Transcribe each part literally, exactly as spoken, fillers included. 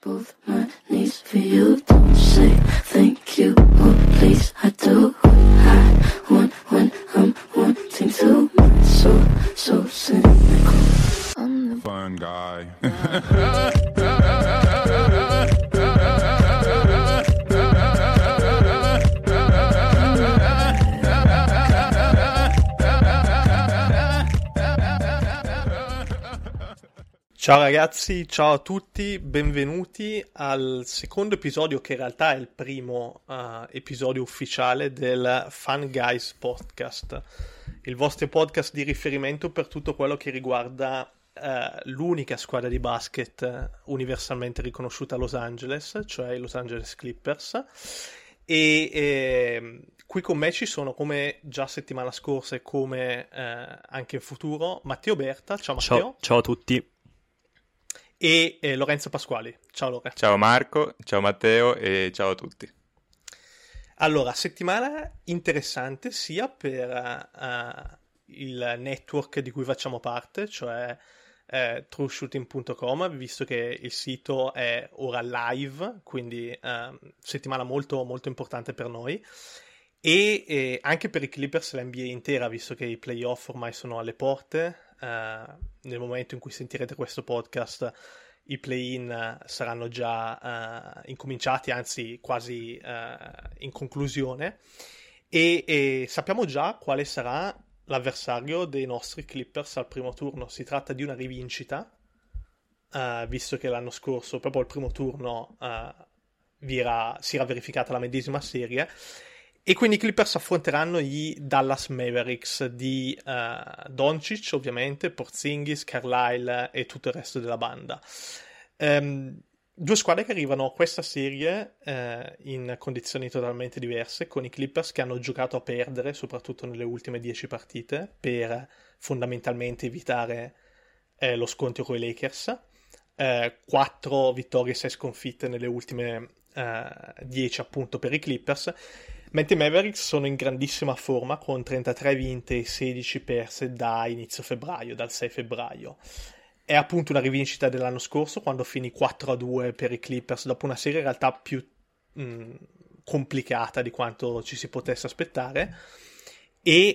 both my knees for you. Don't say thank you, oh please. I do what I want when I'm wanting to. My soul, so cynical. I'm the fun guy. Ciao ragazzi, ciao a tutti, benvenuti al secondo episodio che in realtà è il primo uh, episodio ufficiale del Fun Guys Podcast, il vostro podcast di riferimento per tutto quello che riguarda uh, l'unica squadra di basket universalmente riconosciuta a Los Angeles, cioè i Los Angeles Clippers, e eh, qui con me ci sono, come già settimana scorsa e come eh, anche in futuro, Matteo Berta. Ciao Matteo. Ciao, ciao a tutti. E eh, Lorenzo Pasquali. Ciao Lorenzo. Ciao Marco, ciao Matteo e ciao a tutti. Allora, settimana interessante sia per uh, il network di cui facciamo parte, cioè uh, true shooting punto com, visto che il sito è ora live, quindi uh, settimana molto, molto importante per noi. E eh, anche per i Clippers l'N B A intera, visto che i playoff ormai sono alle porte. Uh, nel momento in cui sentirete questo podcast i play-in uh, saranno già uh, incominciati, anzi quasi uh, in conclusione, e, e sappiamo già quale sarà l'avversario dei nostri Clippers al primo turno. Si tratta di una rivincita, uh, visto che l'anno scorso proprio al primo turno uh, vi era, si era verificata la medesima serie. E quindi i Clippers affronteranno i Dallas Mavericks di uh, Doncic, ovviamente, Porzingis, Carlisle e tutto il resto della banda. Um, due squadre che arrivano a questa serie uh, in condizioni totalmente diverse, con i Clippers che hanno giocato a perdere, soprattutto nelle ultime dieci partite, per fondamentalmente evitare uh, lo scontro con i Lakers. Uh, quattro vittorie e sei sconfitte nelle ultime uh, dieci appunto per i Clippers. Mentre i Mavericks sono in grandissima forma, con trentatré vinte e sedici perse da inizio febbraio, dal sei febbraio. È appunto una rivincita dell'anno scorso, quando finì quattro a due per i Clippers, dopo una serie in realtà più mh, complicata di quanto ci si potesse aspettare. E,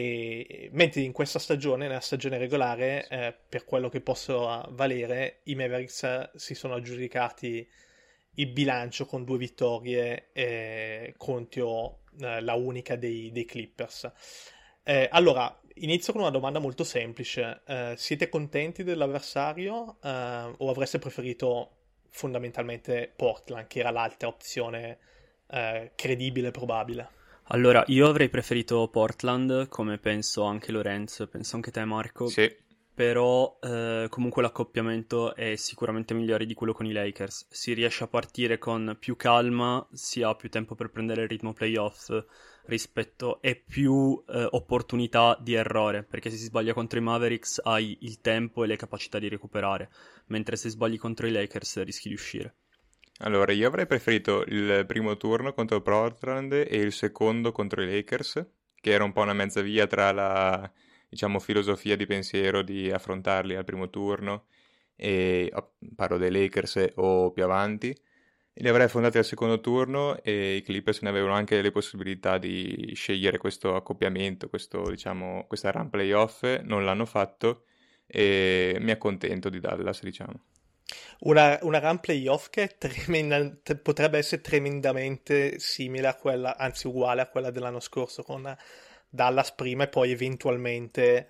e mentre in questa stagione, nella stagione regolare, eh, per quello che posso valere, i Mavericks eh, si sono aggiudicati il bilancio con due vittorie eh, contro eh, la unica dei, dei Clippers. Eh, allora, inizio con una domanda molto semplice. Eh, siete contenti dell'avversario eh, o avreste preferito fondamentalmente Portland, che era l'altra opzione eh, credibile e probabile? Allora, io avrei preferito Portland, come penso anche Lorenzo, penso anche te Marco. Sì. Però eh, comunque l'accoppiamento è sicuramente migliore di quello con i Lakers. Si riesce a partire con più calma, si ha più tempo per prendere il ritmo playoff rispetto e più eh, opportunità di errore, perché se si sbaglia contro i Mavericks hai il tempo e le capacità di recuperare, mentre se sbagli contro i Lakers rischi di uscire. Allora, io avrei preferito il primo turno contro Portland e il secondo contro i Lakers, che era un po' una mezza via tra la, diciamo, filosofia di pensiero di affrontarli al primo turno, e parlo dei Lakers o più avanti. Li avrei affrontati al secondo turno e i Clippers ne avevano anche le possibilità di scegliere questo accoppiamento, questo, diciamo, questa run playoff. Non l'hanno fatto e mi accontento di Dallas, diciamo. Una, una run playoff che è tremenda, potrebbe essere tremendamente simile a quella, anzi uguale a quella dell'anno scorso, con Dallas prima e poi eventualmente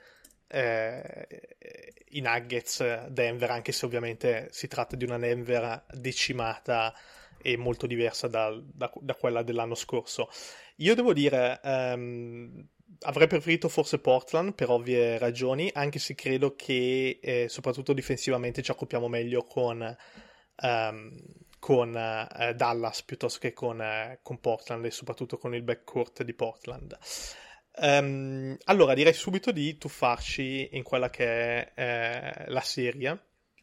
eh, i Nuggets, Denver, anche se ovviamente si tratta di una Denver decimata e molto diversa da, da, da quella dell'anno scorso. Io devo dire, um, avrei preferito forse Portland per ovvie ragioni, anche se credo che eh, soprattutto difensivamente ci accoppiamo meglio con, um, con uh, Dallas piuttosto che con, uh, con Portland, e soprattutto con il backcourt di Portland. Um, allora direi subito di tuffarci in quella che è eh, la serie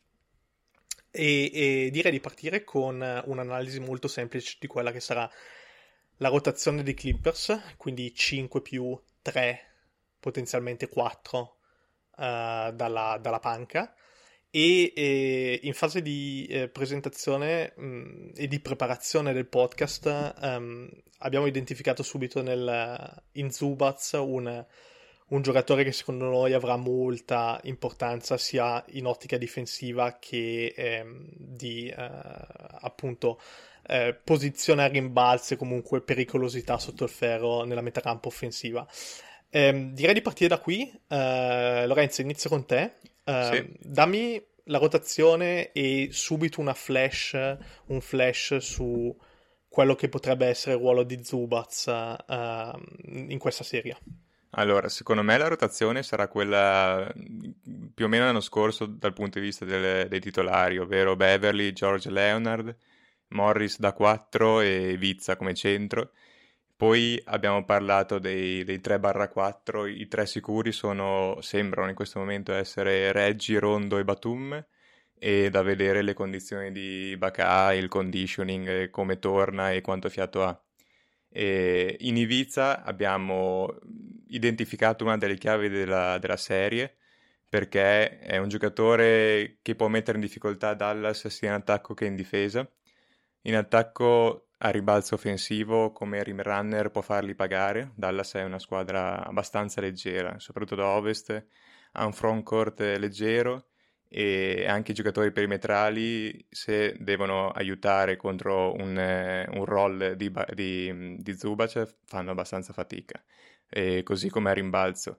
e, e direi di partire con un'analisi molto semplice di quella che sarà la rotazione dei Clippers, quindi cinque più tre, potenzialmente quattro uh, dalla, dalla panca, e, e in fase di eh, presentazione mh, e di preparazione del podcast um, abbiamo identificato subito nel, in Zubaz un, un giocatore che secondo noi avrà molta importanza sia in ottica difensiva che ehm, di eh, appunto eh, posizione a rimbalzi e comunque pericolosità sotto il ferro nella metacampo offensiva. Eh, direi di partire da qui. eh, Lorenzo, inizio con te. Eh, Sì. Dammi la rotazione e subito una flash, un flash su quello che potrebbe essere il ruolo di Zubaz eh, in questa serie. Allora, secondo me la rotazione sarà quella più o meno l'anno scorso dal punto di vista delle- dei titolari, ovvero Beverly, George Leonard, Morris da quattro e Vizza come centro. Poi abbiamo parlato dei, dei tre barra quattro, i tre sicuri sono, sembrano in questo momento essere Reggie, Rondo e Batum, e da vedere le condizioni di Ibaka, il conditioning, eh, come torna e quanto fiato ha. E in Ivica abbiamo identificato una delle chiavi della, della serie, perché è un giocatore che può mettere in difficoltà Dallas sia in attacco che in difesa. In attacco a ribalzo offensivo come rim runner può farli pagare. Dallas è una squadra abbastanza leggera, soprattutto da ovest, ha un frontcourt leggero e anche i giocatori perimetrali, se devono aiutare contro un, eh, un roll di, Ba- di, di Zubac, fanno abbastanza fatica, e così come a rimbalzo.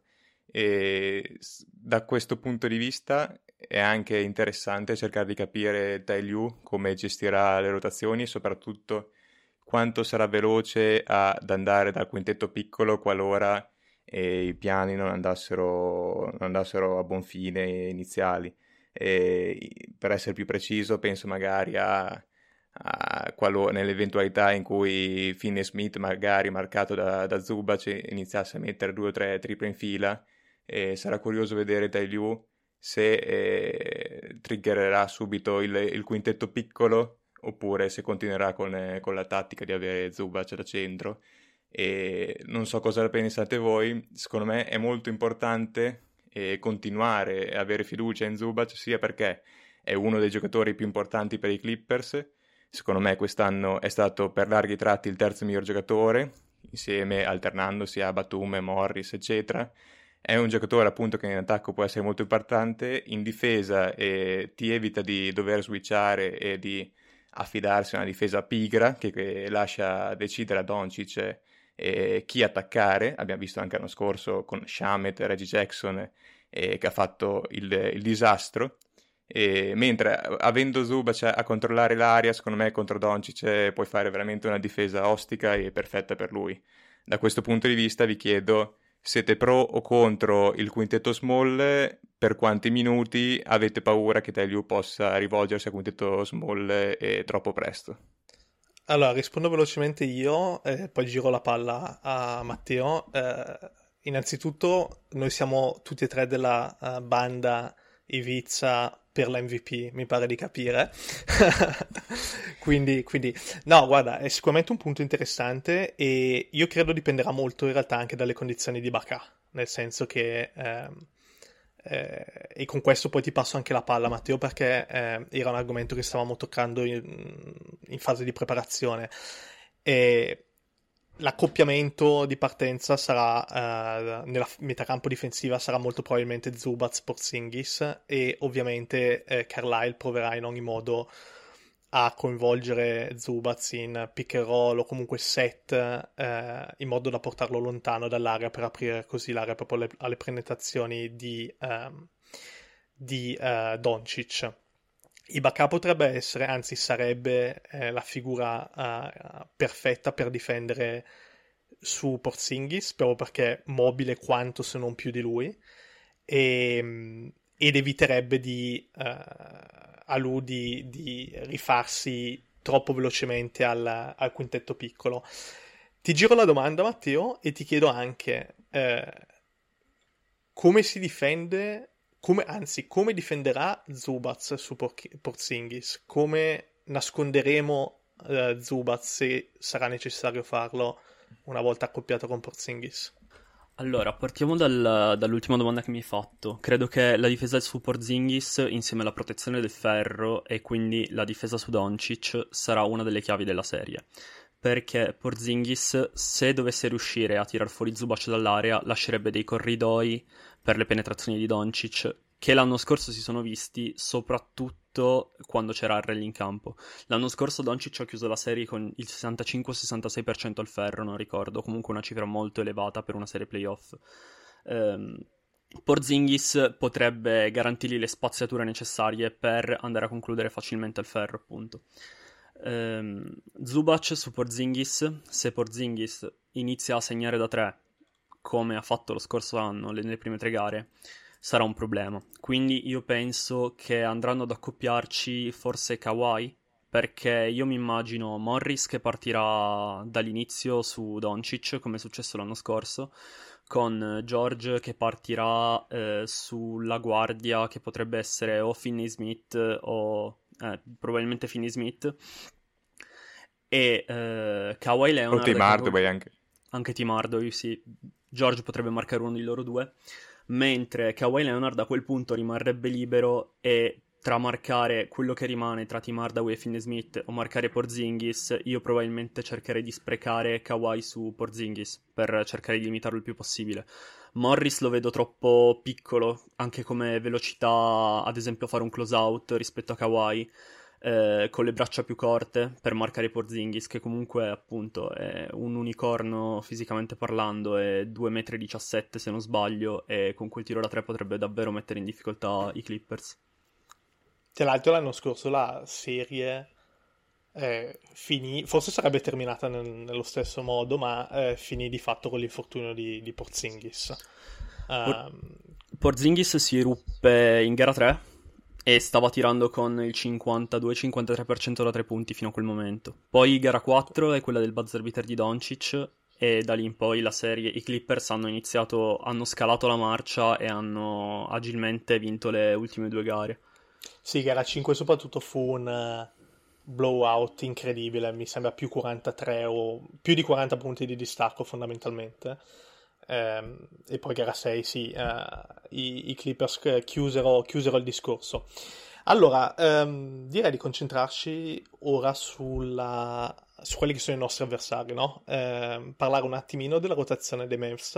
E s- da questo punto di vista è anche interessante cercare di capire Tai Lu come gestirà le rotazioni e soprattutto quanto sarà veloce ad andare dal quintetto piccolo qualora eh, i piani non andassero, non andassero a buon fine iniziali. E, per essere più preciso, penso magari a, a qualo- nell'eventualità in cui Finney Smith, magari marcato da, da Zubac, iniziasse a mettere due o tre triple in fila. E sarà curioso vedere Tai Lu se eh, triggererà subito il, il quintetto piccolo oppure se continuerà con, eh, con la tattica di avere Zubac da centro. E non so cosa pensate voi, secondo me è molto importante e continuare a avere fiducia in Zubac, sia perché è uno dei giocatori più importanti per i Clippers. Secondo me quest'anno è stato per larghi tratti il terzo miglior giocatore, insieme alternandosi a Batum, Morris, eccetera. È un giocatore appunto che in attacco può essere molto importante, in difesa eh, ti evita di dover switchare e di affidarsi a una difesa pigra che, che lascia decidere a Doncic eh, chi attaccare. Abbiamo visto anche l'anno scorso con Shamet, Reggie Jackson, eh, che ha fatto il, il disastro. E, mentre avendo Zubac a controllare l'area, secondo me contro Doncic puoi fare veramente una difesa ostica e perfetta per lui. Da questo punto di vista vi chiedo: siete pro o contro il quintetto small? Per quanti minuti avete paura che Tai Lu possa rivolgersi al quintetto small e troppo presto? Allora, rispondo velocemente io, e poi giro la palla a Matteo. Eh, innanzitutto, noi siamo tutti e tre della eh, banda Ivica per la M V P, mi pare di capire. quindi, quindi, no, guarda, è sicuramente un punto interessante e io credo dipenderà molto in realtà anche dalle condizioni di Ibaka, nel senso che... ehm, eh, e con questo poi ti passo anche la palla, Matteo, perché eh, era un argomento che stavamo toccando in, in fase di preparazione. E l'accoppiamento di partenza sarà eh, nella metacampo difensiva sarà molto probabilmente Zubac, Porzingis, e ovviamente eh, Carlisle proverà in ogni modo a coinvolgere Zubac in pick and roll o comunque set eh, in modo da portarlo lontano dall'area per aprire così l'area proprio alle, alle penetrazioni di, um, di uh, Doncic. Ibaka potrebbe essere, anzi sarebbe eh, la figura uh, perfetta per difendere su Porzingis, proprio perché è mobile quanto se non più di lui, e, ed eviterebbe di... Uh, a lui di, di rifarsi troppo velocemente al, al quintetto piccolo. Ti giro la domanda, Matteo, e ti chiedo anche eh, come si difende, come, anzi, come difenderà Zubac su Por- Porzingis? Come nasconderemo eh, Zubac se sarà necessario farlo una volta accoppiato con Porzingis? Allora, partiamo dal- dall'ultima domanda che mi hai fatto. Credo che la difesa su Porzingis, insieme alla protezione del ferro e quindi la difesa su Doncic, sarà una delle chiavi della serie. Perché Porzingis, se dovesse riuscire a tirar fuori Zubac dall'area, lascerebbe dei corridoi per le penetrazioni di Doncic, che l'anno scorso si sono visti soprattutto quando c'era Harrell in campo. L'anno scorso Doncic ha chiuso la serie con il sessantacinque sessantasei per cento al ferro, non ricordo, comunque una cifra molto elevata per una serie playoff. Ehm, Porzingis potrebbe garantirgli le spaziature necessarie per andare a concludere facilmente al ferro, appunto. Ehm, Zubac su Porzingis, se Porzingis inizia a segnare da tre, come ha fatto lo scorso anno nelle prime tre gare, sarà un problema. Quindi io penso che andranno ad accoppiarci forse Kawhi, perché io mi immagino Morris che partirà dall'inizio su Doncic, come è successo l'anno scorso, con George che partirà eh, sulla guardia, che potrebbe essere o Finney Smith o eh, probabilmente Finney Smith, e eh, Kawhi O Leonard Tim che Hardaway anche. anche Tim Hardaway, sì. George potrebbe marcare uno di loro due, mentre Kawhi Leonard a quel punto rimarrebbe libero e tra marcare quello che rimane tra Tim Hardaway e Finney Smith o marcare Porzingis, io probabilmente cercherei di sprecare Kawhi su Porzingis per cercare di limitarlo il più possibile. Morris lo vedo troppo piccolo, anche come velocità, ad esempio a fare un close out rispetto a Kawhi, eh, con le braccia più corte per marcare Porzingis, che comunque appunto è un unicorno fisicamente parlando, è due virgola diciassette metri se non sbaglio, e con quel tiro da tre potrebbe davvero mettere in difficoltà i Clippers. Tra l'altro l'anno scorso la serie eh, finì, forse sarebbe terminata nel- nello stesso modo, ma eh, finì di fatto con l'infortunio di, di Porzingis. Por- Ehm, Porzingis si ruppe in gara tre e stava tirando con il cinquantadue cinquantatré per cento da tre punti fino a quel momento. Poi gara quattro è quella del buzzer beater di Doncic e da lì in poi la serie, i Clippers hanno iniziato, hanno scalato la marcia e hanno agilmente vinto le ultime due gare. Sì, gara cinque soprattutto fu un eh, blowout incredibile, mi sembra più quarantatré o più di quaranta punti di distacco fondamentalmente. Ehm, e poi gara sei, sì, eh, i, i Clippers eh, chiusero, chiusero il discorso. Allora, ehm, direi di concentrarci ora sulla, su quelli che sono i nostri avversari, no? Ehm, parlare un attimino della rotazione dei Mavs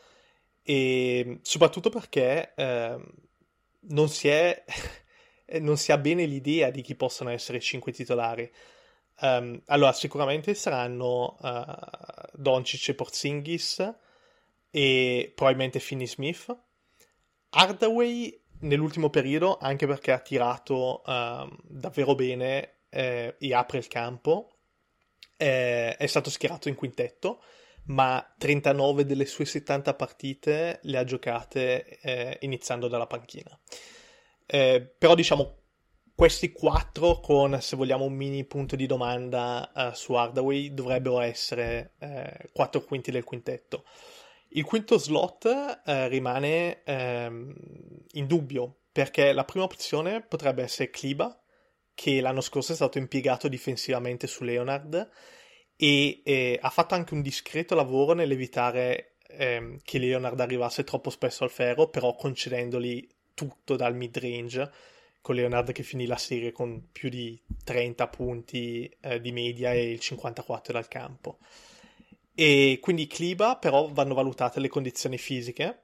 e soprattutto perché ehm, non si è, non si ha bene l'idea di chi possono essere i cinque titolari. Ehm, allora, sicuramente saranno eh, Doncic e Porzingis e probabilmente Finney Smith. Hardaway nell'ultimo periodo, anche perché ha tirato ehm, davvero bene eh, e apre il campo, eh, è stato schierato in quintetto, ma trentanove delle sue settanta partite le ha giocate eh, iniziando dalla panchina. Eh, però diciamo questi quattro con, se vogliamo, un mini punto di domanda eh, su Hardaway dovrebbero essere eh, quattro quinti del quintetto. Il quinto slot eh, rimane ehm, in dubbio perché la prima opzione potrebbe essere Kleber, che l'anno scorso è stato impiegato difensivamente su Leonard e eh, ha fatto anche un discreto lavoro nell'evitare ehm, che Leonard arrivasse troppo spesso al ferro, però concedendogli tutto dal mid-range, con Leonard che finì la serie con più di trenta punti eh, di media e il cinquantaquattro dal campo. E quindi Kleber, però vanno valutate le condizioni fisiche,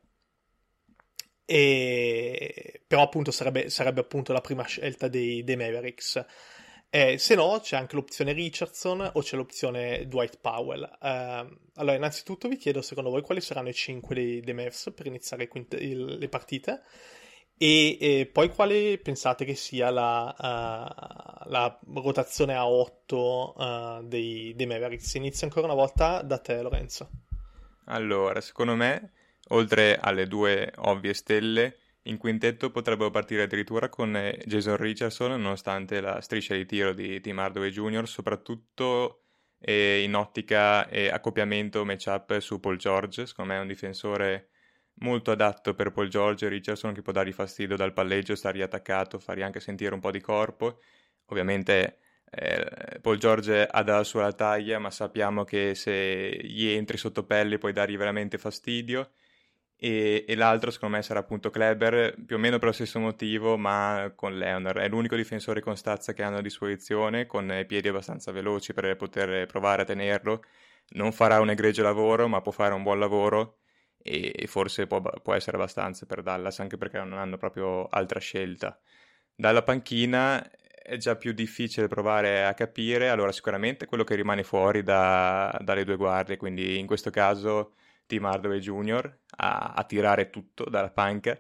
e... però appunto sarebbe, sarebbe appunto la prima scelta dei, dei Mavericks. Eh, se no c'è anche l'opzione Richardson o c'è l'opzione Dwight Powell. Eh, allora innanzitutto vi chiedo secondo voi quali saranno i cinque dei, dei Mavs per iniziare i quint- il, le partite e, e poi quale pensate che sia la, uh, la rotazione a otto uh, dei, dei Mavericks. Inizia ancora una volta da te, Lorenzo. Allora, secondo me, oltre alle due ovvie stelle, in quintetto potrebbero partire addirittura con eh, Jason Richardson, nonostante la striscia di tiro di Tim Hardaway junior, soprattutto eh, in ottica e accoppiamento matchup su Paul George. Secondo me è un difensore molto adatto per Paul George. Richardson che può dargli fastidio dal palleggio, stargli attaccato, fargli anche sentire un po' di corpo. Ovviamente eh, Paul George ha dalla sua la taglia, ma sappiamo che se gli entri sotto pelle puoi dargli veramente fastidio. E, e l'altro secondo me sarà appunto Kleber, più o meno per lo stesso motivo, ma con Leonard. È l'unico difensore con stazza che hanno a disposizione, con i piedi abbastanza veloci per poter provare a tenerlo. Non farà un egregio lavoro, ma può fare un buon lavoro e forse può, può essere abbastanza per Dallas, anche perché non hanno proprio altra scelta. Dalla panchina è già più difficile provare a capire. Allora sicuramente quello che rimane fuori da, dalle due guardie, quindi in questo caso Tim Hardaway Junior a, a tirare tutto dalla panca,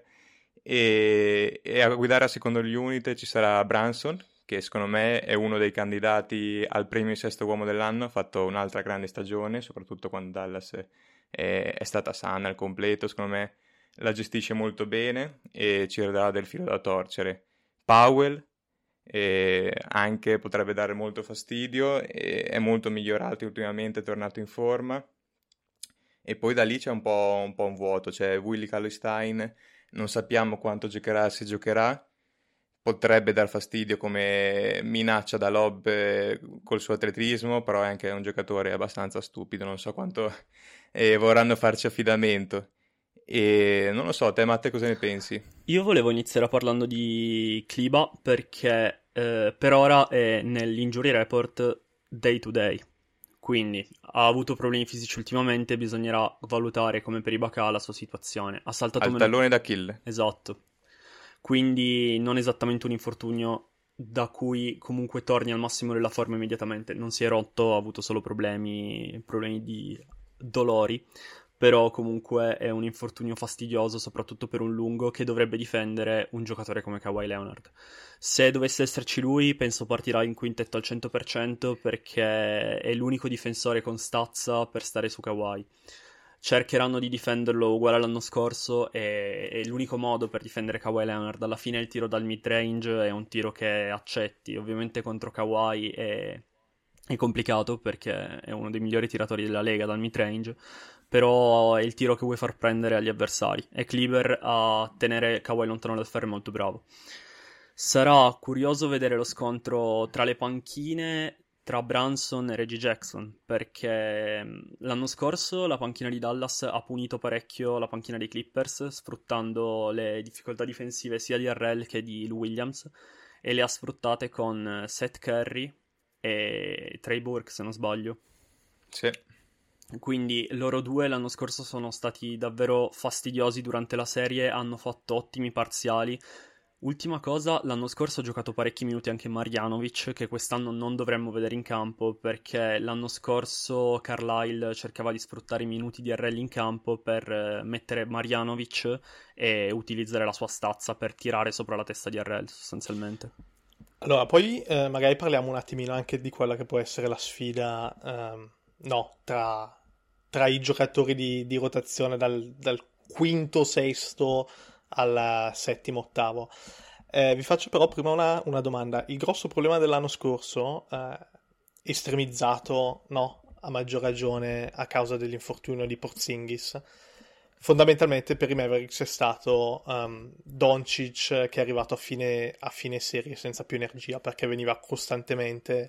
e, e a guidare a secondo gli unit ci sarà Brunson, che secondo me è uno dei candidati al premio sesto uomo dell'anno. Ha fatto un'altra grande stagione, soprattutto quando Dallas è, è stata sana al completo. Secondo me la gestisce molto bene e ci darà del filo da torcere. Powell eh, anche potrebbe dare molto fastidio, e è molto migliorato ultimamente, è tornato in forma. E poi da lì c'è un po' un, po' un vuoto, c'è Willie Cauley-Stein, non sappiamo quanto giocherà, se giocherà, potrebbe dar fastidio come minaccia da lob eh, col suo atletismo, però è anche un giocatore abbastanza stupido, non so quanto eh, vorranno farci affidamento. E non lo so, te Matte cosa ne pensi? Io volevo iniziare parlando di Kleber perché eh, per ora è nell'injury report day to day. Quindi ha avuto problemi fisici ultimamente, bisognerà valutare come per Ibaka la sua situazione. Ha saltato al meno... tallone d'Achille. Esatto. Quindi non esattamente un infortunio da cui comunque torni al massimo della forma immediatamente. Non si è rotto, ha avuto solo problemi, problemi di dolori. Però comunque è un infortunio fastidioso, soprattutto per un lungo che dovrebbe difendere un giocatore come Kawhi Leonard. Se dovesse esserci lui, penso partirà in quintetto al cento per cento perché è l'unico difensore con stazza per stare su Kawhi. Cercheranno di difenderlo uguale all'anno scorso e è l'unico modo per difendere Kawhi Leonard. Alla fine il tiro dal mid-range è un tiro che accetti. Ovviamente contro Kawhi è, è complicato perché è uno dei migliori tiratori della Lega dal mid-range, però è il tiro che vuoi far prendere agli avversari e Kleber a tenere Kawhi lontano dal ferro è molto bravo. Sarà curioso vedere lo scontro tra le panchine tra Brunson e Reggie Jackson, perché l'anno scorso la panchina di Dallas ha punito parecchio la panchina dei Clippers, sfruttando le difficoltà difensive sia di Harrell che di Lou Williams, e le ha sfruttate con Seth Curry e Trey Burke, se non sbaglio. Sì. Quindi loro due l'anno scorso sono stati davvero fastidiosi durante la serie, hanno fatto ottimi parziali. Ultima cosa, l'anno scorso ha giocato parecchi minuti anche Marjanovic, che quest'anno non dovremmo vedere in campo, perché l'anno scorso Carlisle cercava di sfruttare i minuti di Harrell in campo per mettere Marjanovic e utilizzare la sua stazza per tirare sopra la testa di Harrell, sostanzialmente. Allora, poi eh, magari parliamo un attimino anche di quella che può essere la sfida, ehm, no, tra, tra i giocatori di, di rotazione dal, dal quinto, sesto al settimo, ottavo. Eh, vi faccio però prima una, una domanda. Il grosso problema dell'anno scorso, eh, estremizzato, no, a maggior ragione a causa dell'infortunio di Porzingis, fondamentalmente per i Mavericks è stato um, Doncic, che è arrivato a fine, a fine serie senza più energia perché veniva costantemente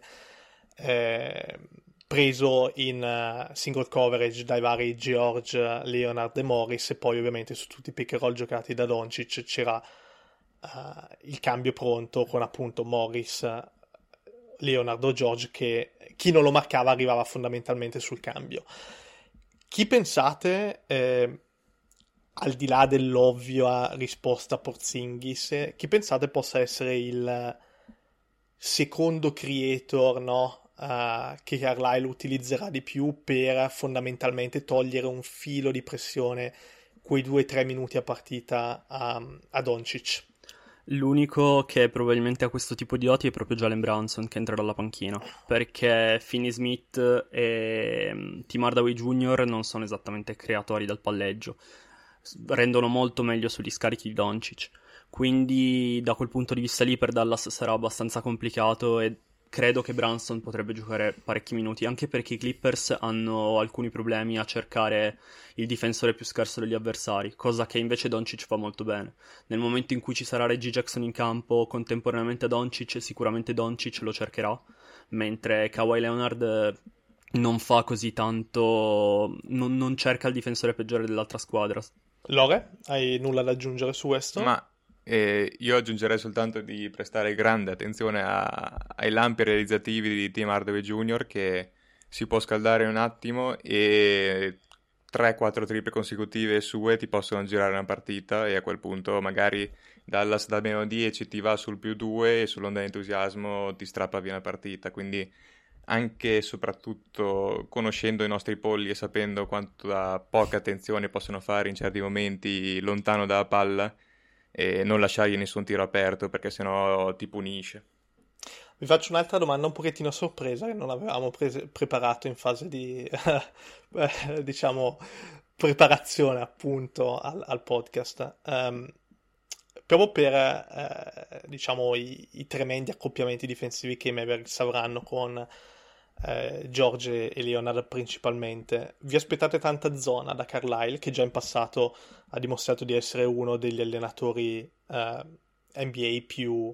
eh, preso in uh, single coverage dai vari George, Leonard e Morris, e poi ovviamente su tutti i pick and roll giocati da Doncic c'era uh, il cambio pronto con appunto Morris, Leonard o George, che chi non lo marcava arrivava fondamentalmente sul cambio. Chi pensate, eh, al di là dell'ovvia risposta a Porzingis, chi pensate possa essere il secondo creator, no? Uh, che Carlisle utilizzerà di più per fondamentalmente togliere un filo di pressione quei due o tre minuti a partita a, a Doncic? L'unico che probabilmente ha questo tipo di oti è proprio Jalen Brunson, che entra dalla panchina, perché Finney Smith e Tim Hardaway Junior non sono esattamente creatori dal palleggio, rendono molto meglio sugli scarichi di Doncic, quindi da quel punto di vista lì per Dallas sarà abbastanza complicato e credo che Brunson potrebbe giocare parecchi minuti, anche perché i Clippers hanno alcuni problemi a cercare il difensore più scarso degli avversari, cosa che invece Doncic fa molto bene. Nel momento in cui ci sarà Reggie Jackson in campo contemporaneamente a Doncic, sicuramente Doncic lo cercherà, mentre Kawhi Leonard non fa così tanto, non, non cerca il difensore peggiore dell'altra squadra. Lore, hai nulla da aggiungere su questo? Ma eh, io aggiungerei soltanto di prestare grande attenzione a- ai lampi realizzativi di Tim Hardaway Junior, che si può scaldare un attimo e tre quattro triple consecutive sue ti possono girare una partita, e a quel punto magari Dallas da meno dieci ti va sul più due e sull'onda di entusiasmo ti strappa via una partita. Quindi anche e soprattutto conoscendo i nostri polli e sapendo quanta poca attenzione possono fare in certi momenti lontano dalla palla, e non lasciargli nessun tiro aperto, perché sennò ti punisce. Vi faccio un'altra domanda un pochettino sorpresa che non avevamo prese- preparato in fase di, eh, diciamo, preparazione appunto al, al podcast. Ehm, proprio per, eh, diciamo, i, i tremendi accoppiamenti difensivi che i Mavericks avranno con eh, George e Leonard principalmente. Vi aspettate tanta zona da Carlisle, che già in passato ha dimostrato di essere uno degli allenatori eh, N B A più,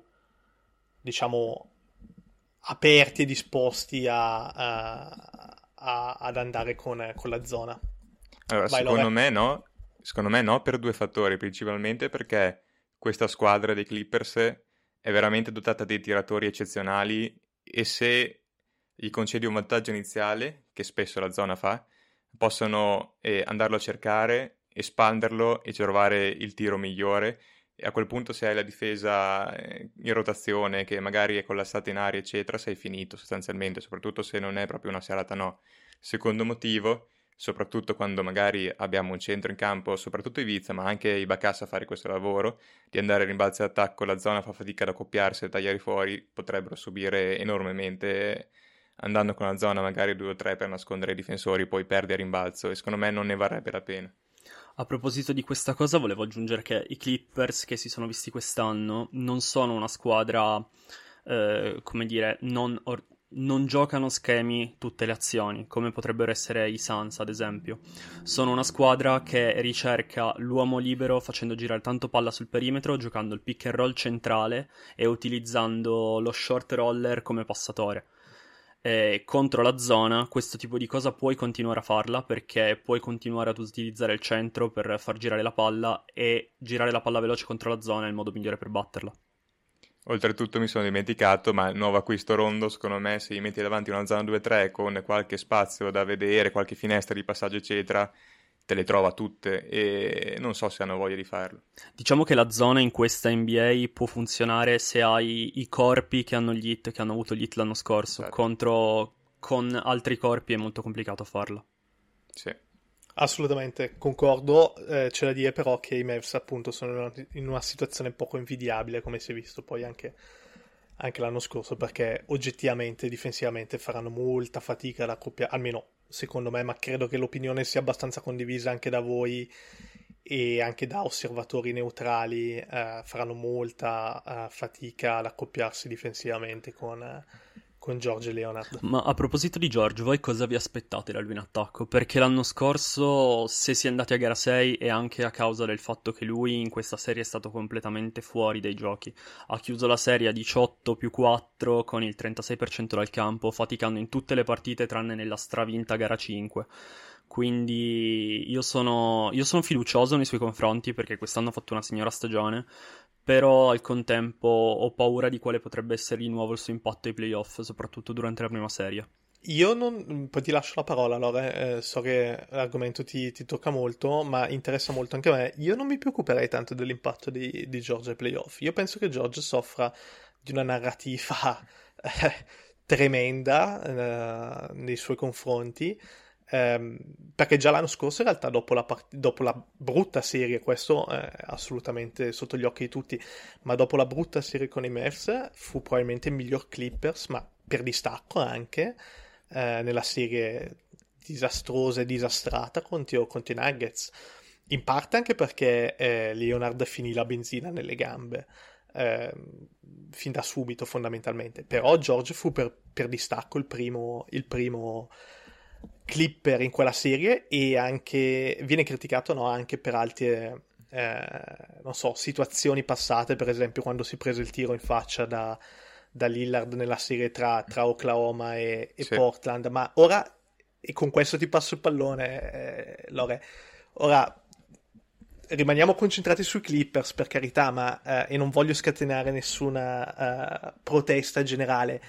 diciamo, aperti e disposti a, a- a- ad andare con, con la zona. Allora, Vai, secondo Lore. me no, secondo me no, per due fattori, principalmente perché questa squadra dei Clippers è veramente dotata di tiratori eccezionali, e se gli concedi un vantaggio iniziale, che spesso la zona fa, possono eh, andarlo a cercare, espanderlo e trovare il tiro migliore. E a quel punto, se hai la difesa eh, in rotazione, che magari è collassata in aria eccetera, sei finito sostanzialmente, soprattutto se non è proprio una serata no. Secondo motivo, soprattutto quando magari abbiamo un centro in campo, soprattutto Ivica, ma anche i Bacassa a fare questo lavoro, di andare a rimbalzo e attacco, la zona fa fatica ad accoppiarsi e tagliare fuori, potrebbero subire enormemente andando con la zona magari due o tre per nascondere i difensori, poi perdi a rimbalzo, e secondo me non ne varrebbe la pena. A proposito di questa cosa, volevo aggiungere che i Clippers che si sono visti quest'anno non sono una squadra, eh, come dire, non, or- non giocano schemi tutte le azioni, come potrebbero essere i Suns, ad esempio. Sono una squadra che ricerca l'uomo libero facendo girare tanto palla sul perimetro, giocando il pick and roll centrale e utilizzando lo short roller come passatore. E contro la zona questo tipo di cosa puoi continuare a farla, perché puoi continuare ad utilizzare il centro per far girare la palla, e girare la palla veloce contro la zona è il modo migliore per batterla. Oltretutto mi sono dimenticato, ma il nuovo acquisto Rondo, secondo me, se gli metti davanti una zona due tre con qualche spazio da vedere, qualche finestra di passaggio eccetera, te le trova tutte, e non so se hanno voglia di farlo. Diciamo che la zona in questa N B A può funzionare se hai i corpi che hanno gli hit, che hanno avuto gli hit l'anno scorso. Esatto. Contro con altri corpi è molto complicato farla. Sì. Assolutamente, concordo. Eh, c'è da dire però che i Mavs appunto sono in una, in una situazione poco invidiabile, come si è visto poi anche, anche l'anno scorso, perché oggettivamente, difensivamente faranno molta fatica ad accoppiare, almeno secondo me, ma credo che l'opinione sia abbastanza condivisa anche da voi e anche da osservatori neutrali. Eh, faranno molta eh, fatica ad accoppiarsi difensivamente con, eh, con George e Leonard. Ma a proposito di George, voi cosa vi aspettate da lui in attacco? Perché l'anno scorso, se si è andati a gara sei, è anche a causa del fatto che lui in questa serie è stato completamente fuori dai giochi. Ha chiuso la serie a diciotto più quattro con il trentasei per cento dal campo, faticando in tutte le partite tranne nella stravinta gara cinque. Quindi io sono, io sono fiducioso nei suoi confronti, perché quest'anno ha fatto una signora stagione, però al contempo ho paura di quale potrebbe essere di nuovo il suo impatto ai playoff, soprattutto durante la prima serie. Io non... Poi ti lascio la parola, allora, eh, so che l'argomento ti, ti tocca molto, ma interessa molto anche a me. Io non mi preoccuperei tanto dell'impatto di, di George ai playoff. Io penso che George soffra di una narrativa eh, tremenda eh, nei suoi confronti, ehm, perché già l'anno scorso, in realtà, dopo la, part- dopo la brutta serie, questo è assolutamente sotto gli occhi di tutti, ma dopo la brutta serie con i Mavs fu probabilmente il miglior Clippers, ma per distacco anche, eh, nella serie disastrosa e disastrata contro, contro i Nuggets, in parte anche perché eh, Leonard finì la benzina nelle gambe eh, fin da subito fondamentalmente, però George fu per, per distacco il primo, il primo Clipper in quella serie, e anche viene criticato, no, anche per altre eh, non so, situazioni passate, per esempio quando si prese il tiro in faccia da da Lillard nella serie tra, tra Oklahoma e, e Sì. Portland, ma ora, e con questo ti passo il pallone, eh, Lore, ora rimaniamo concentrati sui Clippers, per carità, ma eh, e non voglio scatenare nessuna eh, protesta generale,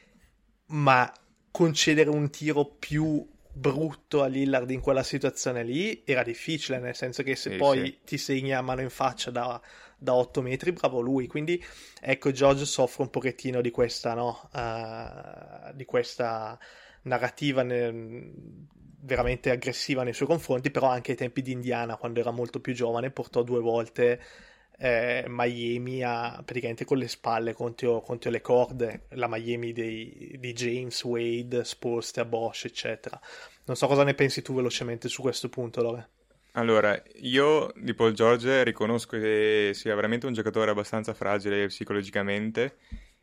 ma concedere un tiro più brutto a Lillard in quella situazione lì era difficile, nel senso che se Sì, poi sì. ti segna mano in faccia da, da otto metri, bravo lui. Quindi ecco, George soffre un pochettino di questa, no? Uh, di questa narrativa ne- veramente aggressiva nei suoi confronti, però anche ai tempi di Indiana, quando era molto più giovane, portò due volte eh, Miami a, praticamente con le spalle contro, contro le corde, la Miami dei, di James Wade, Spoelstra, Bosch, eccetera. Non so cosa ne pensi tu velocemente su questo punto, Lore. Allora, io di Paul George riconosco che sia veramente un giocatore abbastanza fragile psicologicamente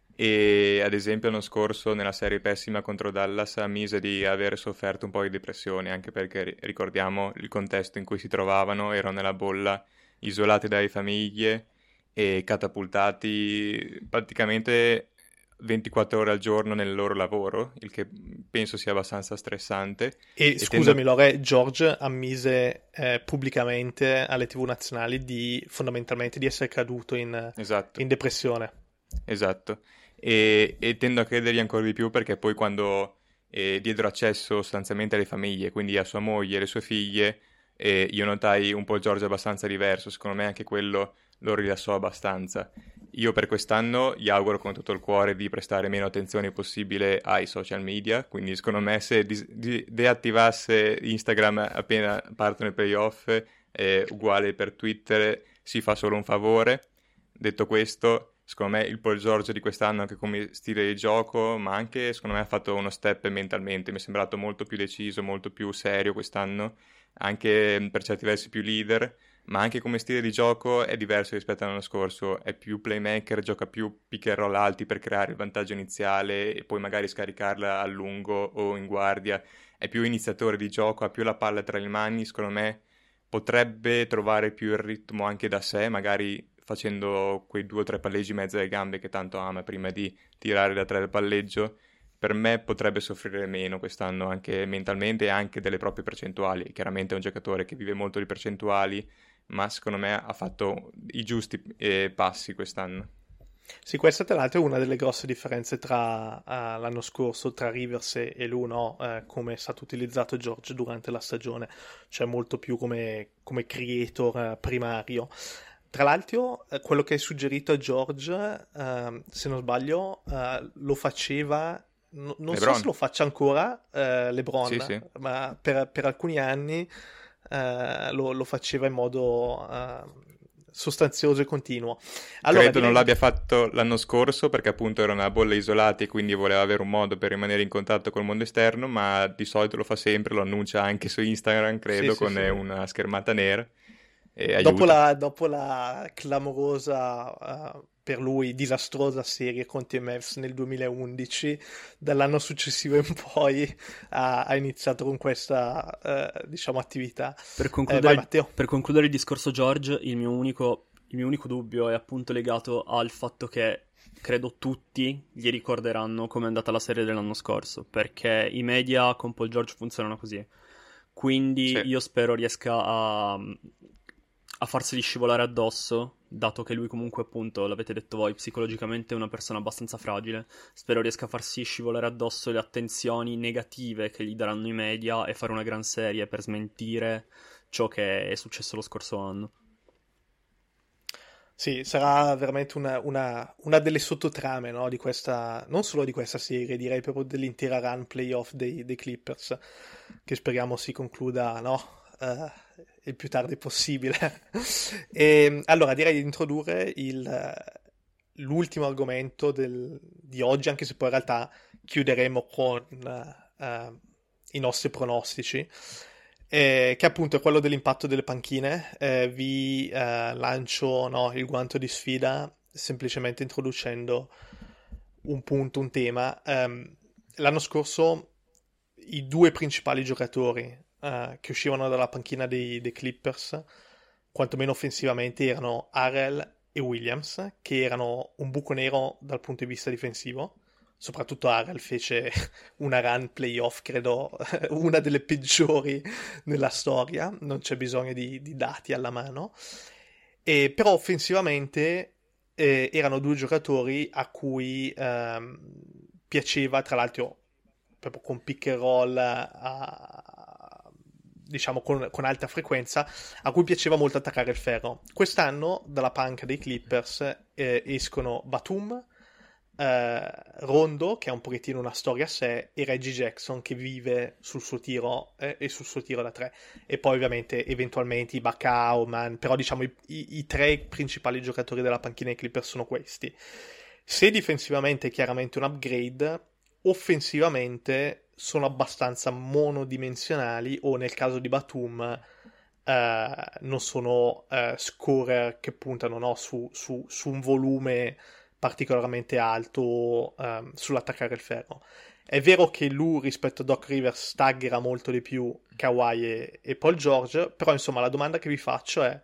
e ad esempio l'anno scorso nella serie pessima contro Dallas ammise di aver sofferto un po' di depressione, anche perché ri- ricordiamo il contesto in cui si trovavano, erano nella bolla, isolati dalle famiglie e catapultati praticamente ventiquattro ore al giorno nel loro lavoro, il che penso sia abbastanza stressante. E, E scusami, tendo... Lore, George ammise eh, pubblicamente alle tivù nazionali di fondamentalmente di essere caduto in, Esatto. in depressione. Esatto, e, e tendo a credergli ancora di più perché poi quando eh, diedero accesso sostanzialmente alle famiglie, quindi a sua moglie e alle sue figlie, eh, io notai un po' Giorgio abbastanza diverso, secondo me anche quello lo rilassò abbastanza. Io per quest'anno gli auguro con tutto il cuore di prestare meno attenzione possibile ai social media, quindi secondo me se dis- di- deattivasse Instagram appena partono i playoff, eh, uguale per Twitter, si fa solo un favore. Detto questo, secondo me il Paul George di quest'anno anche come stile di gioco, ma anche secondo me ha fatto uno step mentalmente, mi è sembrato molto più deciso, molto più serio quest'anno, anche per certi versi più leader, ma anche come stile di gioco è diverso rispetto all'anno scorso, è più playmaker, gioca più pick and roll alti per creare il vantaggio iniziale e poi magari scaricarla a lungo o in guardia, è più iniziatore di gioco, ha più la palla tra le mani, secondo me potrebbe trovare più il ritmo anche da sé, magari facendo quei due o tre palleggi in mezzo alle gambe che tanto ama prima di tirare da tre del palleggio. Per me potrebbe soffrire meno quest'anno anche mentalmente e anche delle proprie percentuali. Chiaramente è un giocatore che vive molto di percentuali, ma secondo me ha fatto i giusti eh, passi quest'anno. Sì, questa tra l'altro è una delle grosse differenze tra uh, l'anno scorso, tra Rivers e, e lui, no? Uh, come è stato utilizzato George durante la stagione, cioè molto più come, come creator uh, primario. Tra l'altro, uh, quello che hai suggerito a George, uh, se non sbaglio, uh, lo faceva, no, non LeBron. so se lo faccia ancora uh, LeBron, Sì, sì. ma per, per alcuni anni uh, lo, lo faceva in modo... Uh, sostanzioso e continuo. Allora, Credo direi... non l'abbia fatto l'anno scorso perché appunto era una bolla isolata e quindi voleva avere un modo per rimanere in contatto col mondo esterno, ma di solito lo fa sempre, lo annuncia anche su Instagram, credo, sì, con sì, sì. una schermata nera. E dopo, aiuta. la, dopo la clamorosa, uh, per lui disastrosa serie contro i Mavs nel duemilaundici, dall'anno successivo in poi ha, ha iniziato con questa uh, diciamo attività. Per Eh, concludere, vai, Matteo. per concludere il discorso George, il mio unico, il mio unico dubbio è appunto legato al fatto che credo tutti gli ricorderanno come è andata la serie dell'anno scorso, perché i media con Paul George funzionano così. Quindi Sì. io spero riesca a, a farseli scivolare addosso, dato che lui comunque appunto, l'avete detto voi, psicologicamente è una persona abbastanza fragile. Spero riesca a farsi scivolare addosso le attenzioni negative che gli daranno i media e fare una gran serie per smentire ciò che è successo lo scorso anno. Sì, sarà veramente una, una, una delle sottotrame, no, di questa, non solo di questa serie, direi proprio dell'intera run playoff dei, dei Clippers, che speriamo si concluda, no, uh, il più tardi possibile. E allora direi di introdurre il, l'ultimo argomento del, di oggi, anche se poi in realtà chiuderemo con uh, uh, i nostri pronostici. Eh, che appunto è quello dell'impatto delle panchine. Eh, vi eh, lancio no, il guanto di sfida semplicemente introducendo un punto, un tema. Um, l'anno scorso i due principali giocatori uh, che uscivano dalla panchina dei, dei Clippers, quantomeno offensivamente, erano Harrell e Williams, che erano un buco nero dal punto di vista difensivo. Soprattutto Harrell fece una run playoff, credo, una delle peggiori nella storia, non c'è bisogno di, di dati alla mano. E, però offensivamente eh, erano due giocatori a cui ehm, piaceva, tra l'altro, proprio con pick and roll, a, diciamo con, con alta frequenza, a cui piaceva molto attaccare il ferro. Quest'anno dalla panca dei Clippers eh, escono Batum, Uh, Rondo, che ha un pochettino una storia a sé, e Reggie Jackson, che vive sul suo tiro eh, e sul suo tiro da tre, e poi ovviamente eventualmente i Ibaka, Oman, però diciamo i, i, i tre principali giocatori della panchina dei Clippers sono questi. Se difensivamente è chiaramente un upgrade, offensivamente sono abbastanza monodimensionali, o nel caso di Batum uh, non sono uh, scorer che puntano no, su, su, su un volume particolarmente alto um, sull'attaccare il ferro. È vero che lui rispetto a Doc Rivers staggera molto di più Kawhi e, e Paul George, però insomma la domanda che vi faccio è: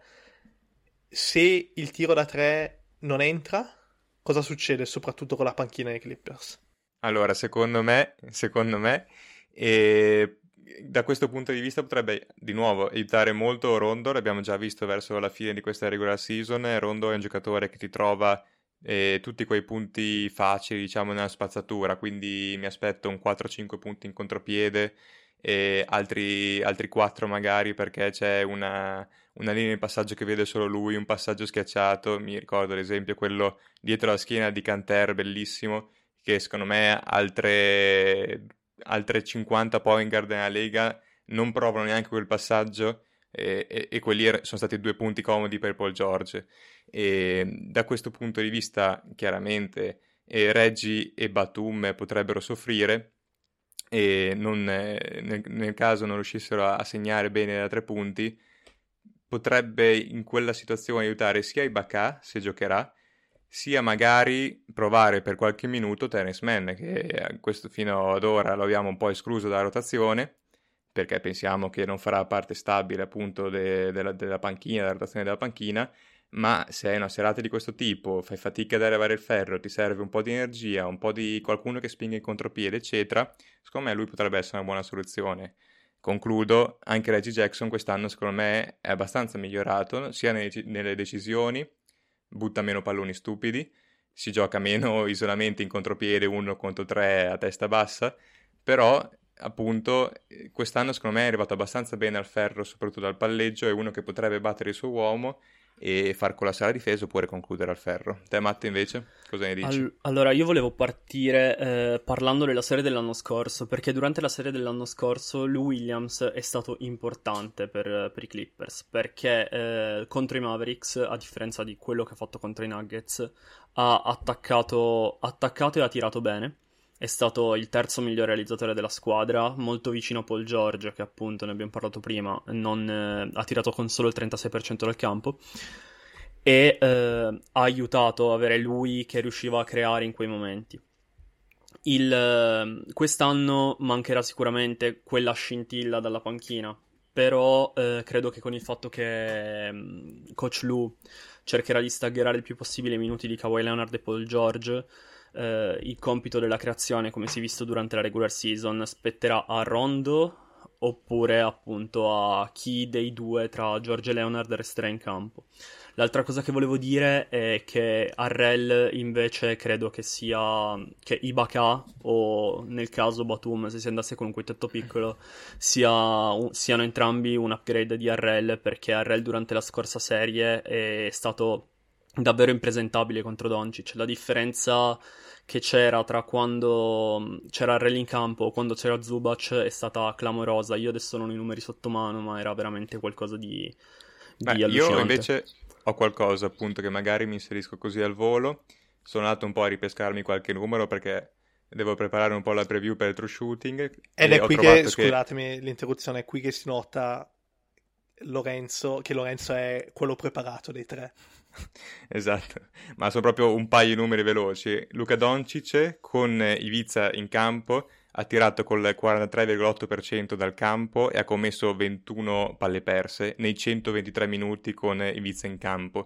se il tiro da tre non entra, cosa succede soprattutto con la panchina dei Clippers? Allora, secondo me, secondo me e da questo punto di vista potrebbe di nuovo aiutare molto Rondo. L'abbiamo già visto verso la fine di questa regular season. Rondo è un giocatore che ti trova e tutti quei punti facili, diciamo, nella spazzatura, quindi mi aspetto un quattro cinque punti in contropiede e altri, altri quattro magari, perché c'è una, una linea di passaggio che vede solo lui, un passaggio schiacciato. Mi ricordo ad esempio quello dietro la schiena di Canter, bellissimo, che secondo me altre, altre cinquanta point guard nella Lega non provano neanche quel passaggio. E, e, e quelli er- sono stati due punti comodi per Paul George. E da questo punto di vista chiaramente eh, Reggie e Batum potrebbero soffrire, e non, eh, nel, nel caso non riuscissero a, a segnare bene da tre punti, potrebbe in quella situazione aiutare sia Ibaka, se giocherà, sia magari provare per qualche minuto Terrence Mann, che questo fino ad ora lo abbiamo un po' escluso dalla rotazione, perché pensiamo che non farà parte stabile appunto de- della, della panchina, della rotazione della panchina. Ma se hai una serata di questo tipo, fai fatica ad arrivare il ferro, ti serve un po' di energia, un po' di qualcuno che spinga in contropiede, eccetera, secondo me lui potrebbe essere una buona soluzione. Concludo, anche Reggie Jackson quest'anno secondo me è abbastanza migliorato, sia nelle, nelle decisioni, butta meno palloni stupidi, si gioca meno isolamenti in contropiede uno contro tre a testa bassa, però appunto quest'anno secondo me è arrivato abbastanza bene al ferro, soprattutto dal palleggio, è uno che potrebbe battere il suo uomo e far collassare la difesa oppure concludere al ferro. Te Matte invece cosa ne dici? All- allora io volevo partire eh, parlando della serie dell'anno scorso, perché durante la serie dell'anno scorso Lou Williams è stato importante per, per i Clippers, perché eh, contro i Mavericks, a differenza di quello che ha fatto contro i Nuggets, ha attaccato, attaccato e ha tirato bene. È stato il terzo miglior realizzatore della squadra, molto vicino a Paul George, che appunto ne abbiamo parlato prima, non, eh, ha tirato con solo il trentasei per cento dal campo, e eh, ha aiutato a avere lui che riusciva a creare in quei momenti. Il, eh, quest'anno mancherà sicuramente quella scintilla dalla panchina, però eh, credo che con il fatto che eh, Coach Lou cercherà di staggerare il più possibile i minuti di Kawhi Leonard e Paul George, Uh, il compito della creazione, come si è visto durante la regular season, spetterà a Rondo oppure appunto a chi dei due tra George e Leonard resterà in campo. L'altra cosa che volevo dire è che Harrell invece credo che sia che Ibaka o nel caso Batum, se si andasse con un quintetto piccolo, sia un, siano entrambi un upgrade di Harrell, perché Harrell durante la scorsa serie è stato davvero impresentabile contro Doncic. La differenza che c'era tra quando c'era Harrell in campo o quando c'era Zubac è stata clamorosa. Io adesso non ho i numeri sotto mano, ma era veramente qualcosa di, di Beh, allucinante. Io invece ho qualcosa appunto che magari mi inserisco così al volo. Sono andato un po' a ripescarmi qualche numero perché devo preparare un po' la preview per il true shooting. Ed e è ho qui che, trovato scusatemi l'interruzione, è qui che si nota Lorenzo, che Lorenzo è quello preparato dei tre. Esatto, ma sono proprio un paio di numeri veloci. Luka Doncic con Ivica in campo ha tirato col quarantatré virgola otto per cento dal campo e ha commesso ventuno palle perse nei centoventitré minuti con Ivica in campo.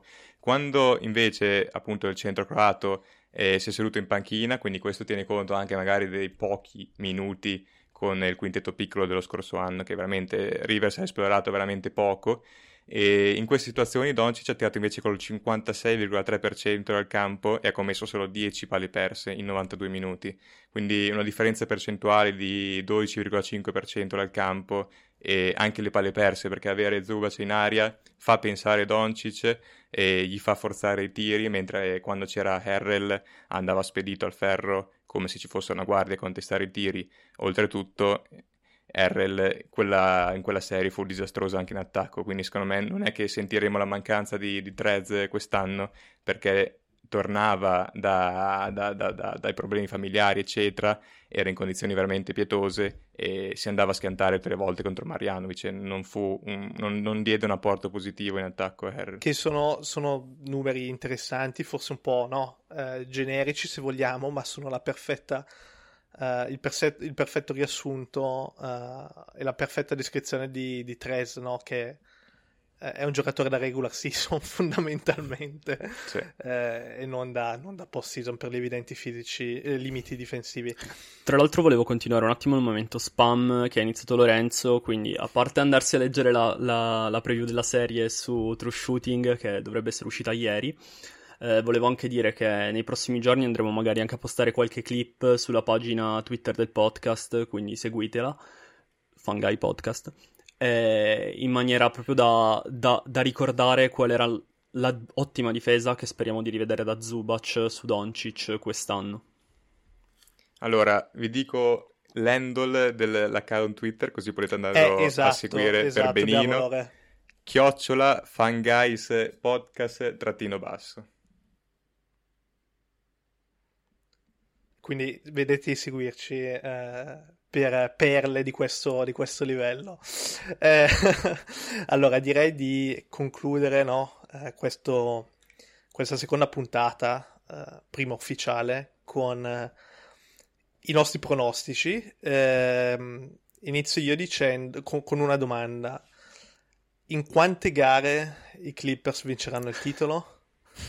Quando invece appunto il centro croato eh, si è seduto in panchina, quindi questo tiene conto anche magari dei pochi minuti con il quintetto piccolo dello scorso anno, che veramente Rivers ha esplorato veramente poco, e in queste situazioni Doncic ha tirato invece col cinquantasei virgola tre per cento dal campo e ha commesso solo dieci palle perse in novantadue minuti, quindi una differenza percentuale di dodici virgola cinque per cento dal campo, e anche le palle perse, perché avere Zubac in aria fa pensare Doncic e gli fa forzare i tiri, mentre quando c'era Harrell andava spedito al ferro come se ci fosse una guardia a contestare i tiri. Oltretutto Harrell quella, in quella serie fu disastroso anche in attacco, quindi secondo me non è che sentiremo la mancanza di, di Trez quest'anno, perché tornava da, da, da, da, dai problemi familiari eccetera, era in condizioni veramente pietose e si andava a schiantare tre volte contro Marjanovic, non, fu un, non, non diede un apporto positivo in attacco a Harrell. Che sono, sono numeri interessanti, forse un po' no, eh, generici se vogliamo, ma sono la perfetta Uh, il, perse- il perfetto riassunto uh, e la perfetta descrizione di, di Trez, no? Che uh, è un giocatore da regular season fondamentalmente, sì. uh, e non da, non da post season per gli evidenti fisici, eh, limiti difensivi. Tra l'altro volevo continuare un attimo il momento spam che ha iniziato Lorenzo, quindi a parte andarsi a leggere la, la, la preview della serie su True Shooting, che dovrebbe essere uscita ieri, Eh, volevo anche dire che nei prossimi giorni andremo magari anche a postare qualche clip sulla pagina Twitter del podcast, quindi seguitela, Fungi Podcast, eh, in maniera proprio da, da, da ricordare qual era la ottima difesa che speriamo di rivedere da Zubac su Doncic quest'anno. Allora, vi dico l'handle dell'account Twitter, così potete andarlo eh, esatto, a seguire esatto, per benino. Chiocciola Funguys podcast trattino basso. Quindi vedete di seguirci eh, per perle di questo, di questo livello. Eh, allora, direi di concludere no, eh, questo, questa seconda puntata, eh, prima ufficiale, con eh, i nostri pronostici. Eh, inizio io dicendo, con, con una domanda. In quante gare i Clippers vinceranno il titolo?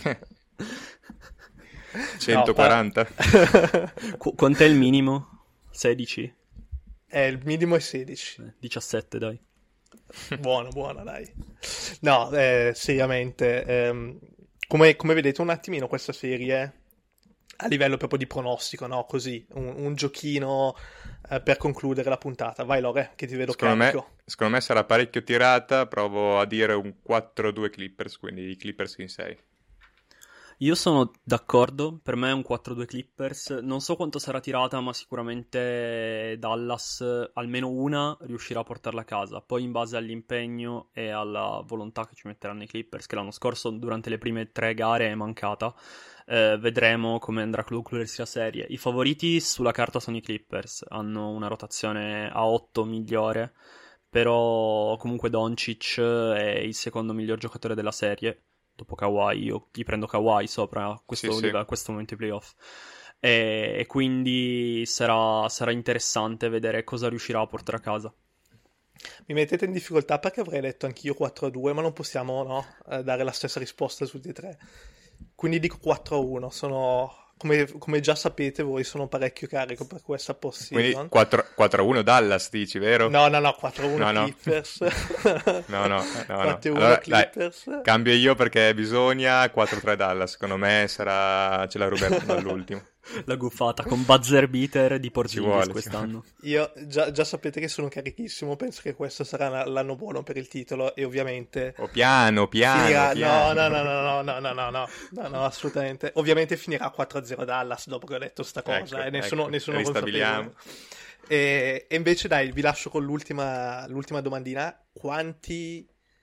centoquaranta. No, Qu- quant'è il minimo? sedici? Eh, il minimo è sedici. Eh, diciassette, dai. Buono, buono, dai. No, eh, seriamente, ehm, come, come vedete un attimino questa serie a livello proprio di pronostico, no? Così, un, un giochino eh, per concludere la puntata. Vai Lore, che ti vedo secondo carico. Me, secondo me sarà parecchio tirata, provo a dire un quattro due Clippers, quindi i Clippers in sei. Io sono d'accordo, per me è un quattro due Clippers, non so quanto sarà tirata, ma sicuramente Dallas almeno una riuscirà a portarla a casa, poi in base all'impegno e alla volontà che ci metteranno i Clippers, che l'anno scorso durante le prime tre gare è mancata, eh, vedremo come andrà a concludersi la serie. I favoriti sulla carta sono i Clippers, hanno una rotazione a otto migliore, però comunque Doncic è il secondo miglior giocatore della serie. Dopo Kawhi, io gli prendo Kawhi sopra questo, sì, livello, sì. questo momento di playoff. E, e quindi sarà, sarà interessante vedere cosa riuscirà a portare a casa. Mi mettete in difficoltà perché avrei detto anch'io quattro a due, ma non possiamo no, dare la stessa risposta su tutti e tre. Quindi dico quattro a uno. Sono, come, come già sapete voi, sono parecchio carico per questa post-season. Quindi quattro a uno Dallas, dici, vero? No, no, no, quattro a uno no, Clippers. No, no, no. quattro a uno Allora, Clippers. Dai, cambio io perché bisogna quattro a tre Dallas. Secondo me sarà ce la ruberemo dall'ultimo. La guffata con buzzer beater di Porzingis vuole, quest'anno. Io già, già sapete che sono carichissimo, penso che questo sarà l'anno buono per il titolo e ovviamente oh, piano, piano, finirà... piano. No, no, no, no, no, no, no, no, no, no, assolutamente. Ovviamente finirà quattro a zero Dallas dopo che ho detto sta cosa, ecco, e ne sono, ecco, ne sono ristabiliamo. consapevole. E, e invece dai, vi lascio con l'ultima, l'ultima domandina. Quanti,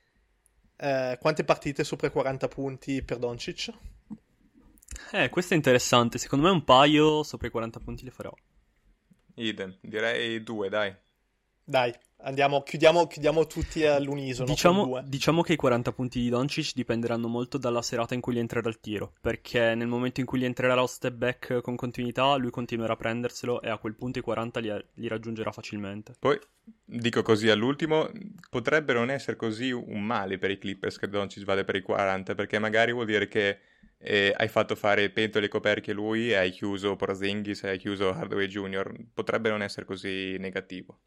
eh, quante partite sopra i quaranta punti per Doncic? Eh, questo è interessante. Secondo me un paio sopra i quaranta punti le farò. Idem, direi due, dai. Dai, Andiamo, chiudiamo, chiudiamo tutti all'unisono. Diciamo, con due. diciamo che i quaranta punti di Doncic dipenderanno molto dalla serata in cui gli entrerà il tiro, perché nel momento in cui gli entrerà lo step back con continuità, lui continuerà a prenderselo e a quel punto i quaranta li, li raggiungerà facilmente. Poi, dico così all'ultimo, potrebbe non essere così un male per i Clippers che Doncic vada per i quaranta, perché magari vuol dire che eh, hai fatto fare pentole e coperchie lui e hai chiuso Porzingis e hai chiuso Hardaway Junior Potrebbe non essere così negativo.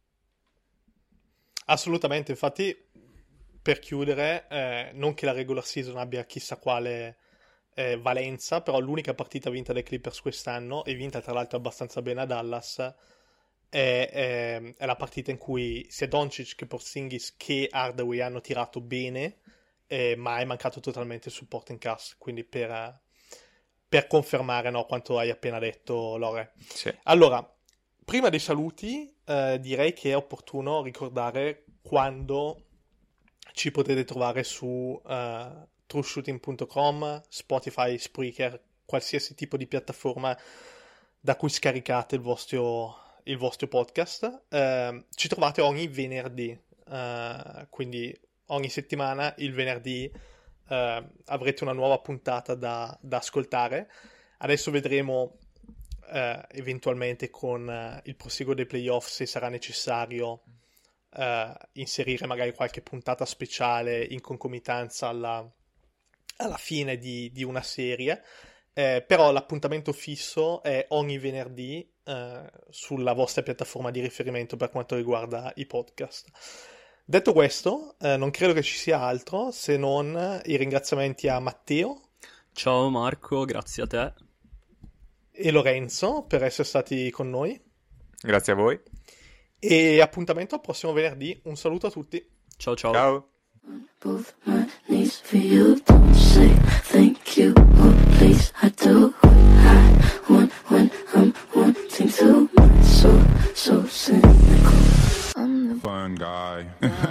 Assolutamente, infatti per chiudere, eh, non che la regular season abbia chissà quale eh, valenza, però l'unica partita vinta dai Clippers quest'anno, e vinta tra l'altro abbastanza bene a Dallas, è, è, è la partita in cui sia Doncic che Porzingis che Hardaway hanno tirato bene, eh, ma è mancato totalmente il supporting cast, quindi per, per confermare, no, quanto hai appena detto, Lore. Sì. Allora, prima dei saluti, eh, direi che è opportuno ricordare quando ci potete trovare su uh, true shooting punto com, Spotify, Spreaker, qualsiasi tipo di piattaforma da cui scaricate il vostro, il vostro podcast. Uh, ci trovate ogni venerdì, uh, quindi ogni settimana il venerdì uh, avrete una nuova puntata da, da ascoltare. Adesso vedremo Uh, eventualmente con uh, il proseguo dei playoff se sarà necessario uh, inserire magari qualche puntata speciale in concomitanza alla, alla fine di, di una serie, eh, però l'appuntamento fisso è ogni venerdì uh, sulla vostra piattaforma di riferimento per quanto riguarda i podcast. Detto questo, uh, non credo che ci sia altro se non i ringraziamenti a Matteo. Ciao Marco, grazie a te. E Lorenzo per essere stati con noi. Grazie a voi. E appuntamento al prossimo venerdì. Un saluto a tutti. Ciao ciao. Ciao. Both my knees for you, don't say thank you, oh please, I do what I want when I'm wanting to, my soul, so cynical, I'm the fun guy.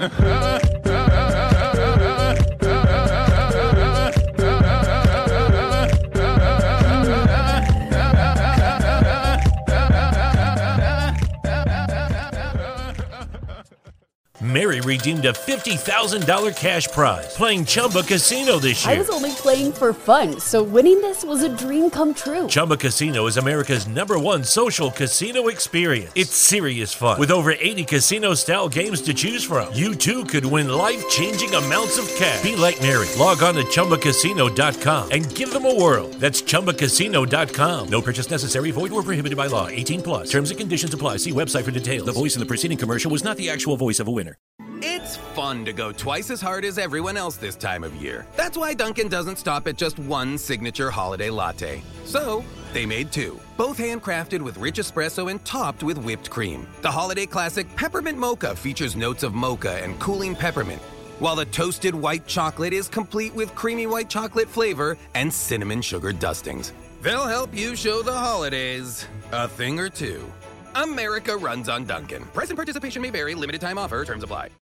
Mary redeemed a fifty thousand dollars cash prize playing Chumba Casino this year. I was only playing for fun, so winning this was a dream come true. Chumba Casino is America's number one social casino experience. It's serious fun. With over eighty casino-style games to choose from, you too could win life-changing amounts of cash. Be like Mary. Log on to Chumba Casino dot com and give them a whirl. That's Chumba Casino dot com. No purchase necessary. Void or prohibited by law. eighteen plus. Terms and conditions apply. See website for details. The voice in the preceding commercial was not the actual voice of a winner. It's fun to go twice as hard as everyone else this time of year. That's why Dunkin' doesn't stop at just one signature holiday latte. So, they made two, both handcrafted with rich espresso and topped with whipped cream. The holiday classic Peppermint Mocha features notes of mocha and cooling peppermint, while the toasted white chocolate is complete with creamy white chocolate flavor and cinnamon sugar dustings. They'll help you show the holidays a thing or two. America runs on Dunkin'. Price and participation may vary. Limited time offer. Terms apply.